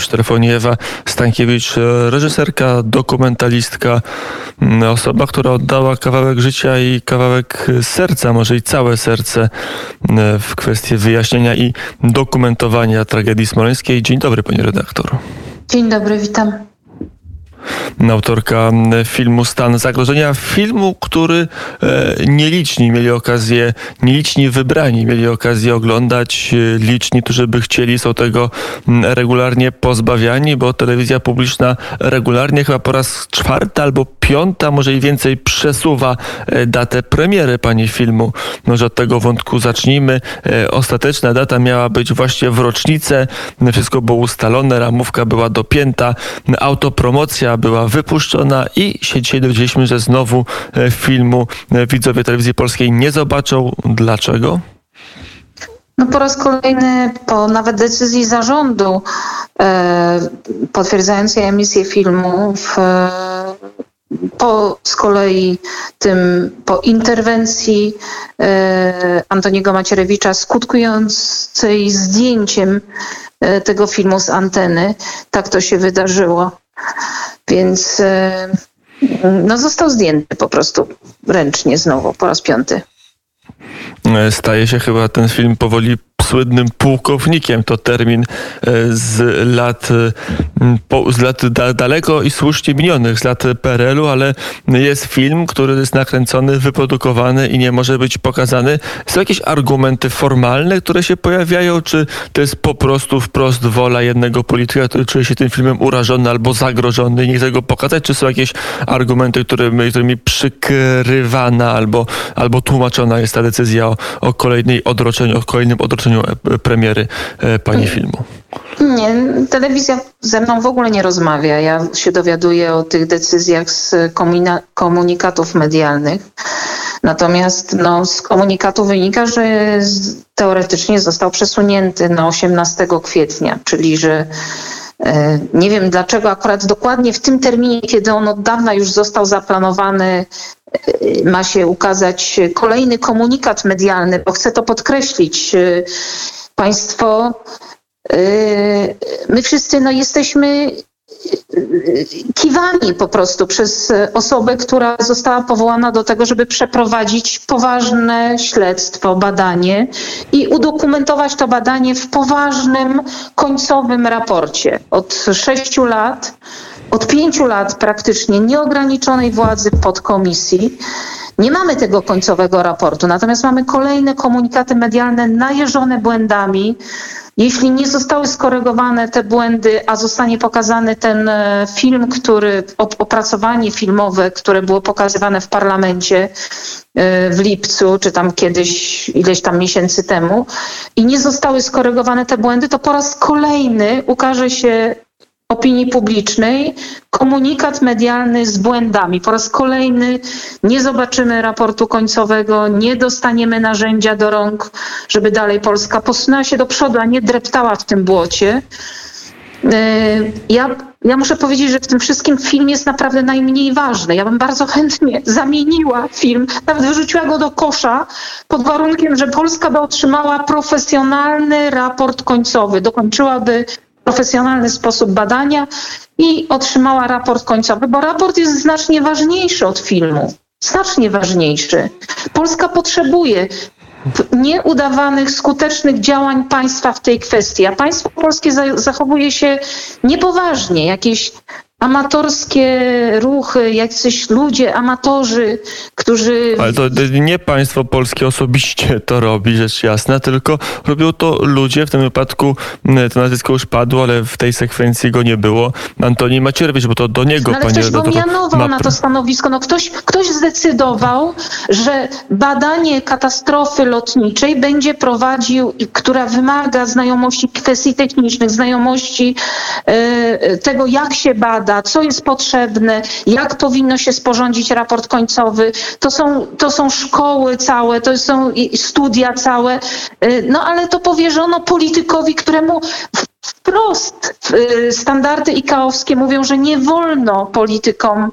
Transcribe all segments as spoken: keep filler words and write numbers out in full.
Sztefanijewa Stankiewicz, reżyserka, dokumentalistka, osoba, która oddała kawałek życia i kawałek serca, może i całe serce w kwestii wyjaśnienia i dokumentowania tragedii smoleńskiej. Dzień dobry, pani redaktor. Dzień dobry, witam. Autorka filmu Stan zagrożenia, filmu, który nieliczni mieli okazję, nieliczni wybrani mieli okazję oglądać, liczni, którzy by chcieli, są tego regularnie pozbawiani, bo telewizja publiczna regularnie, chyba po raz czwarty albo piąta, może i więcej, przesuwa datę premiery pani filmu. Może od tego wątku zacznijmy. Ostateczna data miała być właśnie w rocznicę, wszystko było ustalone, ramówka była dopięta, autopromocja była wypuszczona i się dzisiaj dowiedzieliśmy, że znowu filmu widzowie telewizji polskiej nie zobaczą. Dlaczego? No po raz kolejny, po nawet decyzji zarządu e, potwierdzającej emisję filmu, w, e, po z kolei tym, po interwencji e, Antoniego Macierewicza skutkującej zdjęciem e, tego filmu z anteny, tak to się wydarzyło. Więc e, no został zdjęty po prostu ręcznie znowu po raz piąty. Staje się chyba ten film powoli słynnym pułkownikiem. To termin z lat, z lat da, daleko i słusznie minionych, z lat P R L u, ale jest film, który jest nakręcony, wyprodukowany i nie może być pokazany. Są jakieś argumenty formalne, które się pojawiają, czy to jest po prostu wprost wola jednego polityka, który czuje się tym filmem urażony albo zagrożony i nie chce go pokazać, czy są jakieś argumenty, którymi, którymi przykrywana albo, albo tłumaczona jest ta decyzja o, o kolejnej odroczeniu, o kolejnym odroczeniu premiery pani filmu? Nie, telewizja ze mną w ogóle nie rozmawia. Ja się dowiaduję o tych decyzjach z komina- komunikatów medialnych. Natomiast no, z komunikatu wynika, że z, teoretycznie został przesunięty na osiemnastego kwietnia, czyli że e, nie wiem dlaczego akurat dokładnie w tym terminie, kiedy on od dawna już został zaplanowany, e, ma się ukazać kolejny komunikat medialny, bo chcę to podkreślić. E, państwo, e, my wszyscy no, jesteśmy kiwani po prostu przez osobę, która została powołana do tego, żeby przeprowadzić poważne śledztwo, badanie i udokumentować to badanie w poważnym, końcowym raporcie. Od sześciu lat, od pięciu lat praktycznie nieograniczonej władzy podkomisji nie mamy tego końcowego raportu, natomiast mamy kolejne komunikaty medialne najeżone błędami. Jeśli nie zostały skorygowane te błędy, a zostanie pokazany ten film, który, opracowanie filmowe, które było pokazywane w parlamencie w lipcu, czy tam kiedyś, ileś tam miesięcy temu, i nie zostały skorygowane te błędy, to po raz kolejny ukaże się opinii publicznej komunikat medialny z błędami. Po raz kolejny nie zobaczymy raportu końcowego, nie dostaniemy narzędzia do rąk, żeby dalej Polska posunęła się do przodu, a nie dreptała w tym błocie. Ja, ja muszę powiedzieć, że w tym wszystkim film jest naprawdę najmniej ważny. Ja bym bardzo chętnie zamieniła film, nawet wyrzuciła go do kosza pod warunkiem, że Polska by otrzymała profesjonalny raport końcowy, dokończyłaby w profesjonalny sposób badania i otrzymała raport końcowy, bo raport jest znacznie ważniejszy od filmu. Znacznie ważniejszy. Polska potrzebuje nieudawanych, skutecznych działań państwa w tej kwestii, a państwo polskie zachowuje się niepoważnie. Jakieś amatorskie ruchy, jacyś ludzie, amatorzy, którzy... Ale to nie państwo polskie osobiście to robi, rzecz jasna, tylko robią to ludzie, w tym wypadku to nazwisko już padło, ale w tej sekwencji go nie było. Antoni Macierewicz, bo to do niego, no, ale panie ktoś go mianował ma... na to stanowisko. No ktoś, ktoś zdecydował, że badanie katastrofy lotniczej będzie prowadził, która wymaga znajomości kwestii technicznych, znajomości yy, tego, jak się bada, co jest potrzebne, jak powinno się sporządzić raport końcowy. To są, to są szkoły całe, to są studia całe, no ale to powierzono politykowi, któremu wprost standardy I K A-owskie mówią, że nie wolno politykom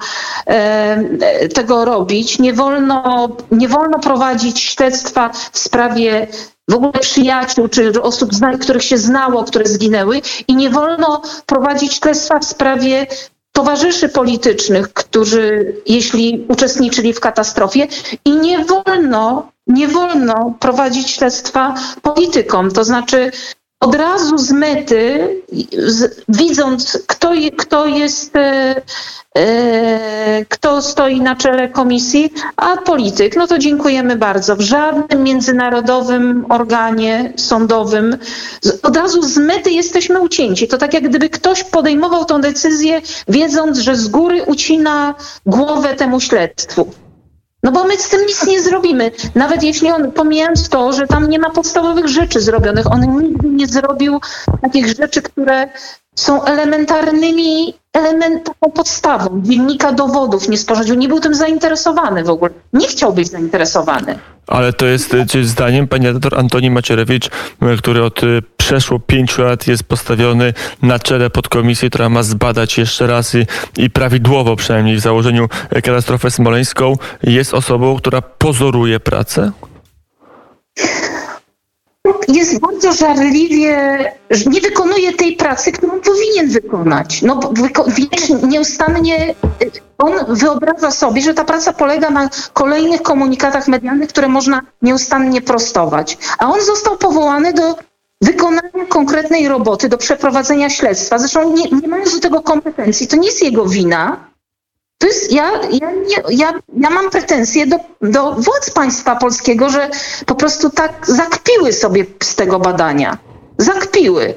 tego robić, nie wolno, nie wolno prowadzić śledztwa w sprawie w ogóle przyjaciół, czy osób, których się znało, które zginęły i nie wolno prowadzić śledztwa w sprawie towarzyszy politycznych, którzy, jeśli uczestniczyli w katastrofie i nie wolno, nie wolno prowadzić śledztwa politykom. To znaczy od razu z mety, z, widząc kto, kto jest, e, e, kto stoi na czele komisji, a polityk, no to dziękujemy bardzo. W żadnym międzynarodowym organie sądowym od razu z mety jesteśmy ucięci. To tak jak gdyby ktoś podejmował tę decyzję, wiedząc, że z góry ucina głowę temu śledztwu. No bo my z tym nic nie zrobimy. Nawet jeśli on, pomijając to, że tam nie ma podstawowych rzeczy zrobionych, on nigdy nie zrobił takich rzeczy, które są elementarnymi, elementarną podstawą. Dziennika dowodów nie sporządził, nie był tym zainteresowany w ogóle. Nie chciał być zainteresowany. Ale to jest, czy zdaniem pani redaktor Antoni Macierewicz, który od przeszło pięciu lat jest postawiony na czele podkomisji, która ma zbadać jeszcze raz i, i prawidłowo przynajmniej w założeniu katastrofę smoleńską, jest osobą, która pozoruje pracę? Jest bardzo żarliwie, nie wykonuje tej pracy, którą powinien wykonać. No, wiecznie, nieustannie on wyobraża sobie, że ta praca polega na kolejnych komunikatach medialnych, które można nieustannie prostować. A on został powołany do wykonania konkretnej roboty, do przeprowadzenia śledztwa. Zresztą nie, nie mając do tego kompetencji, to nie jest jego wina. To jest, ja, ja, nie, ja, ja mam pretensje do, do władz państwa polskiego, że po prostu tak zakpiły sobie z tego badania. Zakpiły.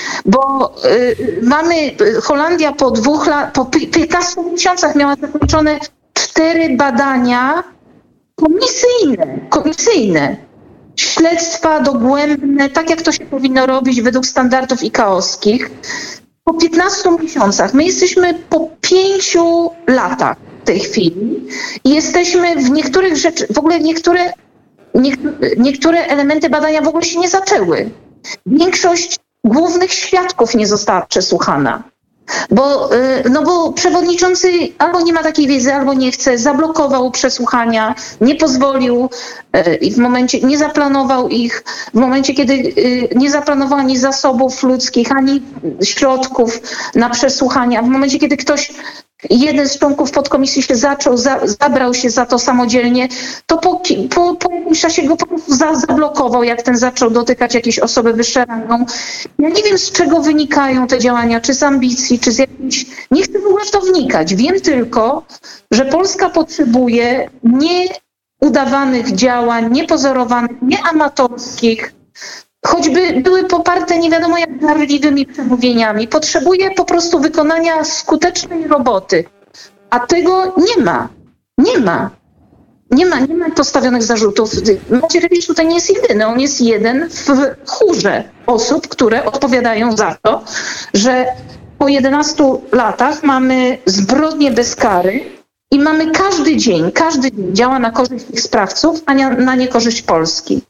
Bo y, mamy, Holandia po dwóch lat, po piętnastu miesiącach miała zakończone cztery badania komisyjne, komisyjne. Śledztwa dogłębne, tak jak to się powinno robić według standardów I K O-skich. Po piętnastu miesiącach. My jesteśmy po pięciu latach w tej chwili i jesteśmy w niektórych rzeczach, w ogóle niektóre, nie, niektóre elementy badania w ogóle się nie zaczęły. Większość głównych świadków nie została przesłuchana. Bo, no bo przewodniczący albo nie ma takiej wiedzy, albo nie chce, zablokował przesłuchania, nie pozwolił i w momencie, nie zaplanował ich, w momencie, kiedy nie zaplanował ani zasobów ludzkich, ani środków na przesłuchania, w momencie, kiedy ktoś, jeden z członków podkomisji się zaczął, za, zabrał się za to samodzielnie, to po, po, po jakimś czasie go po prostu za, zablokował, jak ten zaczął dotykać jakiejś osoby wyższej rangą. Ja nie wiem, z czego wynikają te działania, czy z ambicji, czy z jakiejś... Nie chcę w ogóle w to wnikać. Wiem tylko, że Polska potrzebuje nieudawanych działań, niepozorowanych, nieamatorskich, choćby były poparte nie wiadomo jak żarliwymi przemówieniami. Potrzebuje po prostu wykonania skutecznej roboty. A tego nie ma. Nie ma. Nie ma, nie ma postawionych zarzutów. Macierewicz tutaj nie jest jedyny. On jest jeden w chórze osób, które odpowiadają za to, że po jedenastu latach mamy zbrodnie bez kary i mamy każdy dzień, każdy dzień działa na korzyść ich sprawców, a nie, na niekorzyść Polski.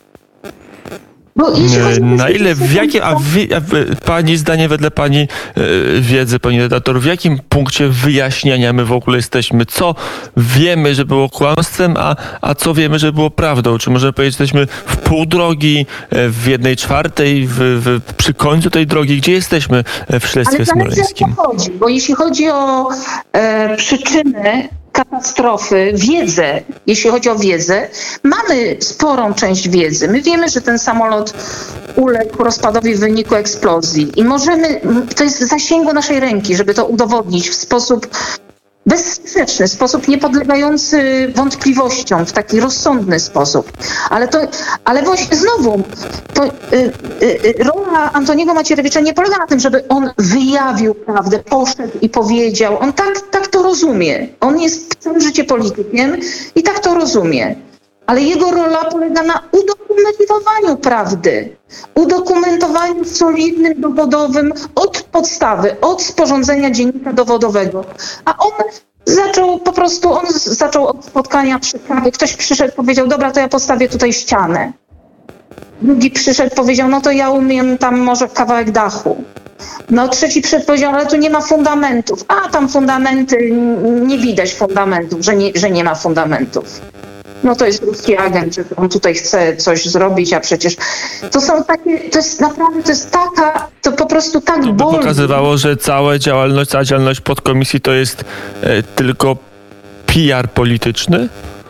Na ile, w jakim, a, wy, a wy, pani zdanie, wedle pani e, wiedzy, pani redaktor, w jakim punkcie wyjaśniania my w ogóle jesteśmy? Co wiemy, że było kłamstwem, a, a co wiemy, że było prawdą? Czy możemy powiedzieć, że jesteśmy w pół drogi, w jednej czwartej, w, w, przy końcu tej drogi? Gdzie jesteśmy w śledztwie smoleńskim? Ale chodzi, bo jeśli chodzi o e, przyczyny katastrofy, wiedzę, jeśli chodzi o wiedzę, mamy sporą część wiedzy. My wiemy, że ten samolot uległ rozpadowi w wyniku eksplozji i możemy, to jest w zasięgu naszej ręki, żeby to udowodnić w sposób bezsprzeczny, w sposób niepodlegający wątpliwościom, w taki rozsądny sposób. Ale to, ale właśnie znowu, to, y, y, rola Antoniego Macierewicza nie polega na tym, żeby on wyjawił prawdę, poszedł i powiedział. On tak, tak to rozumie. On jest całe życie politykiem i tak to rozumie. Ale jego rola polega na udokumentowaniu prawdy. Udokumentowaniu solidnym, dowodowym od podstawy, od sporządzenia dziennika dowodowego. A on zaczął po prostu, on zaczął od spotkania przy kawie. Ktoś przyszedł, powiedział, dobra, to ja postawię tutaj ścianę. Drugi przyszedł, powiedział, no to ja umiem tam może kawałek dachu. No trzeci przyszedł, powiedział, ale tu nie ma fundamentów. A tam fundamenty, nie widać fundamentów, że nie, że nie ma fundamentów. no to jest ruski agent, że on tutaj chce coś zrobić, a przecież to są takie, to jest naprawdę, to jest taka, to po prostu tak To by boli. pokazywało, że cała działalność, cała działalność podkomisji to jest e, tylko P R polityczny?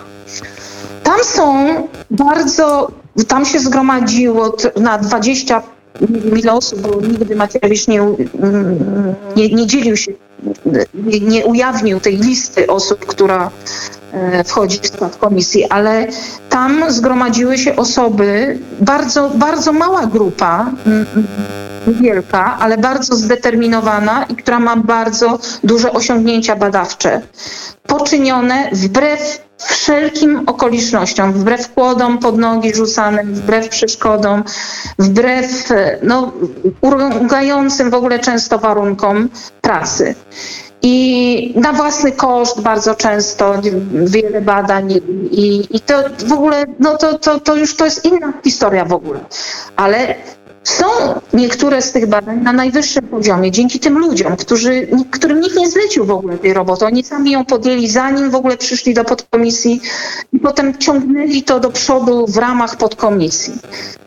Tam są bardzo, tam się zgromadziło na dwadzieścia mil osób, bo nigdy Macierewicz nie, nie, nie dzielił się, nie, nie ujawnił tej listy osób, która wchodzi w skład komisji, ale tam zgromadziły się osoby, bardzo, bardzo mała grupa, niewielka, ale bardzo zdeterminowana i która ma bardzo duże osiągnięcia badawcze, poczynione wbrew wszelkim okolicznościom, wbrew kłodom pod nogi rzucanym, wbrew przeszkodom, wbrew no, urągającym w ogóle często warunkom pracy. I na własny koszt bardzo często wiele badań i, i to w ogóle, no to, to, to już to jest inna historia w ogóle. Ale są niektóre z tych badań na najwyższym poziomie dzięki tym ludziom, którzy, którym nikt nie zlecił w ogóle tej roboty. Oni sami ją podjęli, zanim w ogóle przyszli do podkomisji i potem ciągnęli to do przodu w ramach podkomisji.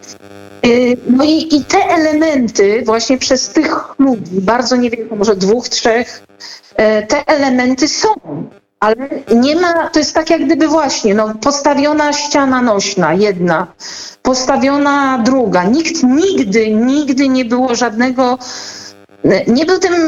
No i, i te elementy właśnie przez tych ludzi, bardzo niewielko, może dwóch, trzech, te elementy są, ale nie ma, to jest tak jak gdyby właśnie, no, postawiona ściana nośna, jedna, postawiona druga. Nikt nigdy, nigdy nie było żadnego, nie był tym,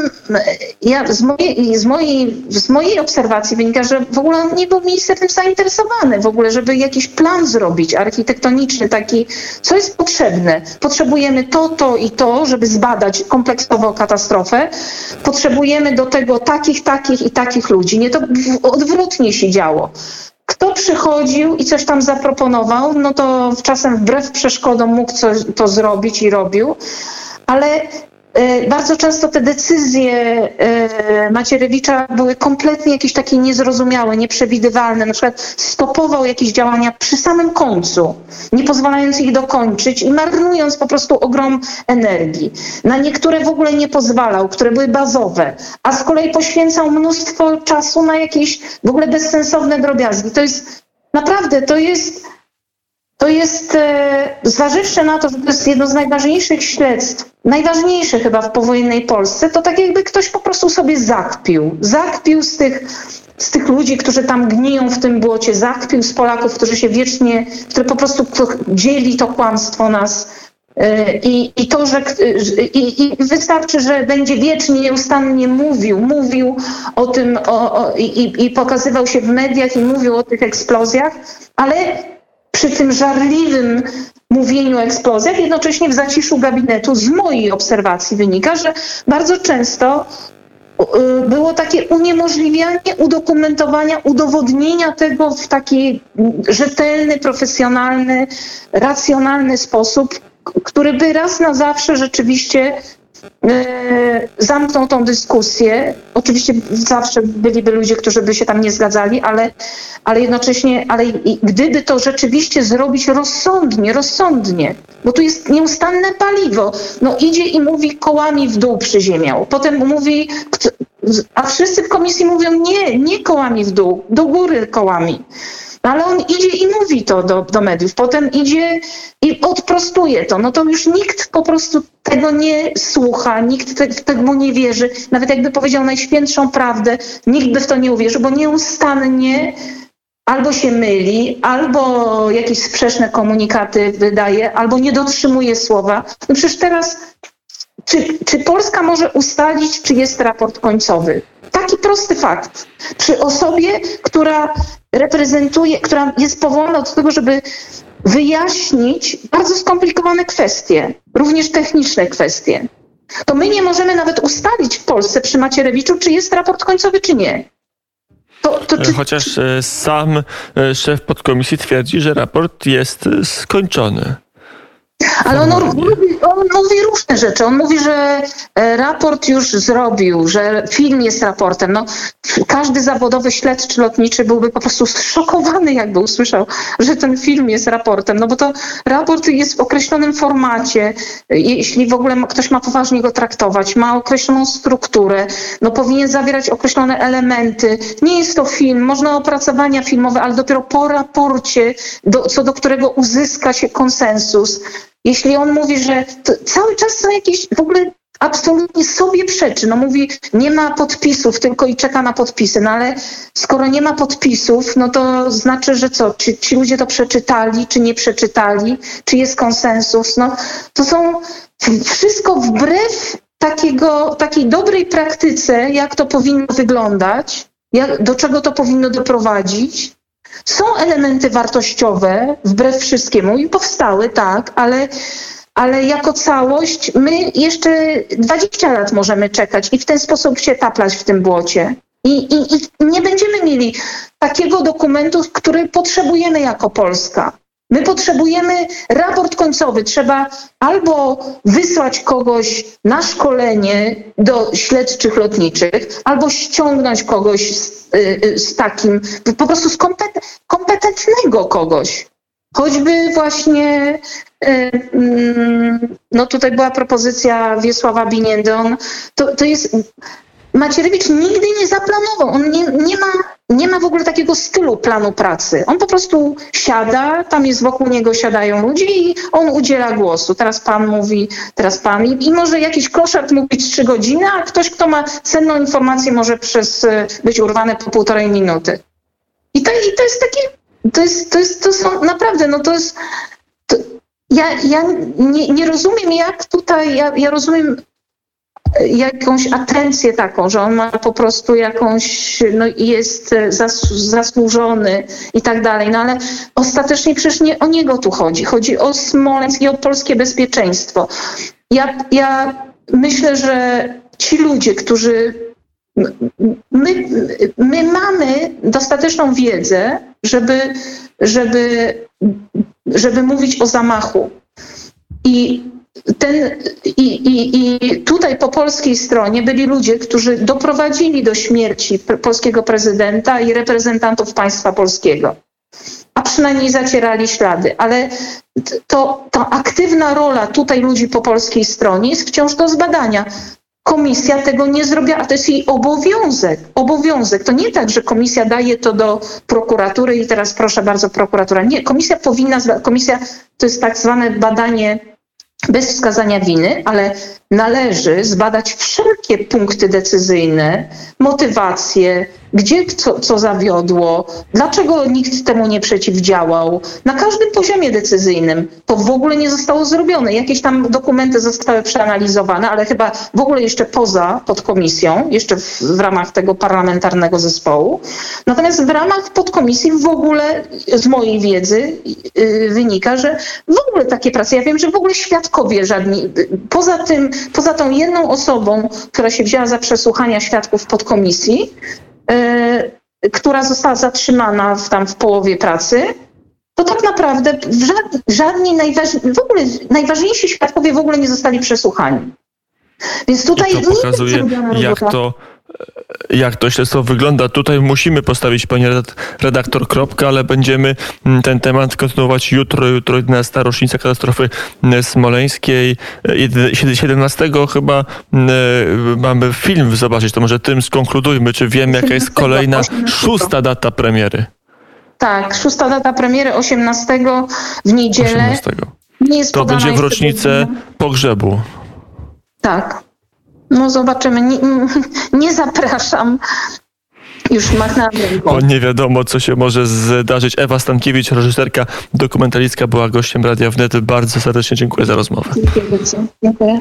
ja z mojej, z mojej, z mojej obserwacji wynika, że w ogóle on nie był minister tym zainteresowany, w ogóle, żeby jakiś plan zrobić architektoniczny, taki, co jest potrzebne. Potrzebujemy to, to i to, żeby zbadać kompleksowo katastrofę. Potrzebujemy do tego takich, takich i takich ludzi. Nie, to odwrotnie się działo. Kto przychodził i coś tam zaproponował, no to czasem wbrew przeszkodom mógł coś, to zrobić i robił, ale bardzo często te decyzje Macierewicza były kompletnie jakieś takie niezrozumiałe, nieprzewidywalne. Na przykład stopował jakieś działania przy samym końcu, nie pozwalając ich dokończyć i marnując po prostu ogrom energii. Na niektóre w ogóle nie pozwalał, które były bazowe, a z kolei poświęcał mnóstwo czasu na jakieś w ogóle bezsensowne drobiazgi. To jest naprawdę, to jest... To jest, zważywszy na to, że to jest jedno z najważniejszych śledztw, najważniejsze chyba w powojennej Polsce, to tak jakby ktoś po prostu sobie zakpił. Zakpił z tych, z tych ludzi, którzy tam gniją w tym błocie, zakpił z Polaków, którzy się wiecznie, które po prostu dzieli to kłamstwo nas. I, i to, że i, i wystarczy, że będzie wiecznie, nieustannie mówił, mówił o tym o, o, i, i pokazywał się w mediach i mówił o tych eksplozjach, ale przy tym żarliwym mówieniu o eksplozjach, jednocześnie w zaciszu gabinetu z mojej obserwacji wynika, że bardzo często było takie uniemożliwianie udokumentowania, udowodnienia tego w taki rzetelny, profesjonalny, racjonalny sposób, który by raz na zawsze rzeczywiście zamknął tą dyskusję. Oczywiście zawsze byliby ludzie, którzy by się tam nie zgadzali, ale, ale jednocześnie, ale gdyby to rzeczywiście zrobić rozsądnie, rozsądnie, bo tu jest nieustanne paliwo. No idzie i mówi kołami w dół przyziemiał. Potem mówi, a wszyscy w komisji mówią nie, nie kołami w dół, do góry kołami. Ale on idzie i mówi to do, do mediów, potem idzie i odprostuje to. No to już nikt po prostu tego nie słucha, nikt te, tego nie wierzy. Nawet jakby powiedział najświętszą prawdę, nikt by w to nie uwierzył, bo nieustannie albo się myli, albo jakieś sprzeczne komunikaty wydaje, albo nie dotrzymuje słowa. No przecież teraz, czy, czy Polska może ustalić, czy jest raport końcowy? Taki prosty fakt. Przy osobie, która reprezentuje, która jest powołana do tego, żeby wyjaśnić bardzo skomplikowane kwestie, również techniczne kwestie, to my nie możemy nawet ustalić w Polsce przy Macierewiczu, czy jest raport końcowy, czy nie. To, to czy... Chociaż sam szef podkomisji twierdzi, że raport jest skończony. Ale on, on mówi różne rzeczy. On mówi, że raport już zrobił, że film jest raportem. No, każdy zawodowy śledczy lotniczy byłby po prostu zszokowany, jakby usłyszał, że ten film jest raportem. No bo to raport jest w określonym formacie. Jeśli w ogóle ktoś ma poważnie go traktować, ma określoną strukturę, no powinien zawierać określone elementy. Nie jest to film, można opracowania filmowe, ale dopiero po raporcie, do, co do którego uzyska się konsensus. Jeśli on mówi, że cały czas są jakieś w ogóle absolutnie sobie przeczy. No mówi, nie ma podpisów, tylko i czeka na podpisy. No ale skoro nie ma podpisów, no to znaczy, że co? Czy ci ludzie to przeczytali, czy nie przeczytali? Czy jest konsensus? No to są wszystko wbrew takiego, takiej dobrej praktyce, jak to powinno wyglądać, jak, do czego to powinno doprowadzić. Są elementy wartościowe, wbrew wszystkiemu, i powstały, tak, ale, ale jako całość my jeszcze dwadzieścia lat możemy czekać i w ten sposób się taplać w tym błocie. I, i, i nie będziemy mieli takiego dokumentu, który potrzebujemy jako Polska. My potrzebujemy raport końcowy. Trzeba albo wysłać kogoś na szkolenie do śledczych lotniczych, albo ściągnąć kogoś z, z takim, po prostu z kompet, kompetentnego kogoś. Choćby właśnie, no tutaj była propozycja Wiesława Biniendy, on, to, to jest... Macierewicz nigdy nie zaplanował, on nie, nie, ma, nie ma w ogóle takiego stylu planu pracy. On po prostu siada, tam jest wokół niego siadają ludzie i on udziela głosu. Teraz pan mówi, teraz pan i, i może jakiś kloszard mówić trzy godziny, a ktoś, kto ma cenną informację, może przez być urwany po półtorej minuty. I to, i to jest takie, to jest, to jest, to są naprawdę, no to jest, to, ja, ja nie, nie rozumiem jak tutaj, ja, ja rozumiem jakąś atencję taką, że on ma po prostu jakąś, no jest zas, zasłużony i tak dalej, no ale ostatecznie przecież nie o niego tu chodzi. Chodzi o Smoleńsk i o polskie bezpieczeństwo. Ja, ja myślę, że ci ludzie, którzy my, my mamy dostateczną wiedzę, żeby, żeby, żeby mówić o zamachu. I Ten, i, i, I tutaj po polskiej stronie byli ludzie, którzy doprowadzili do śmierci polskiego prezydenta i reprezentantów państwa polskiego. A przynajmniej zacierali ślady. Ale to, ta aktywna rola tutaj ludzi po polskiej stronie jest wciąż do zbadania. Komisja tego nie zrobiła, a to jest jej obowiązek. Obowiązek. To nie tak, że komisja daje to do prokuratury i teraz proszę bardzo prokuratura. Nie, komisja powinna, komisja to jest tak zwane badanie bez wskazania winy, ale należy zbadać wszelkie punkty decyzyjne, motywacje, gdzie co, co zawiodło, dlaczego nikt temu nie przeciwdziałał. Na każdym poziomie decyzyjnym to w ogóle nie zostało zrobione. Jakieś tam dokumenty zostały przeanalizowane, ale chyba w ogóle jeszcze poza podkomisją, jeszcze w, w ramach tego parlamentarnego zespołu. Natomiast w ramach podkomisji w ogóle z mojej wiedzy yy, wynika, że w ogóle takie prace, ja wiem, że w ogóle świadkowie żadni, poza tym, poza tą jedną osobą, która się wzięła za przesłuchania świadków podkomisji, Yy, która została zatrzymana w, tam w połowie pracy, to tak naprawdę żad, żadni najważ, w ogóle najważniejsi świadkowie w ogóle nie zostali przesłuchani. Więc tutaj I to pokazuje, nie jak to, jak to śledztwo wygląda. Tutaj musimy postawić, pani redaktor, kropkę, ale będziemy ten temat kontynuować jutro. Jutro jedenasta rocznica katastrofy smoleńskiej. siedemnastego chyba mamy film zobaczyć. To może tym skonkludujmy. Czy wiemy, jaka jest kolejna, szósta data premiery? Tak, szósta data premiery, osiemnastego w niedzielę. osiemnastego. Nie jest to będzie w rocznicę pogrzebu. Tak. No zobaczymy. Nie, nie zapraszam. Już machnęłam ręką. O, nie wiadomo, co się może zdarzyć. Ewa Stankiewicz, reżyserka, dokumentalistka, była gościem Radia Wnet. Bardzo serdecznie dziękuję za rozmowę. Dziękuję. Dziękuję.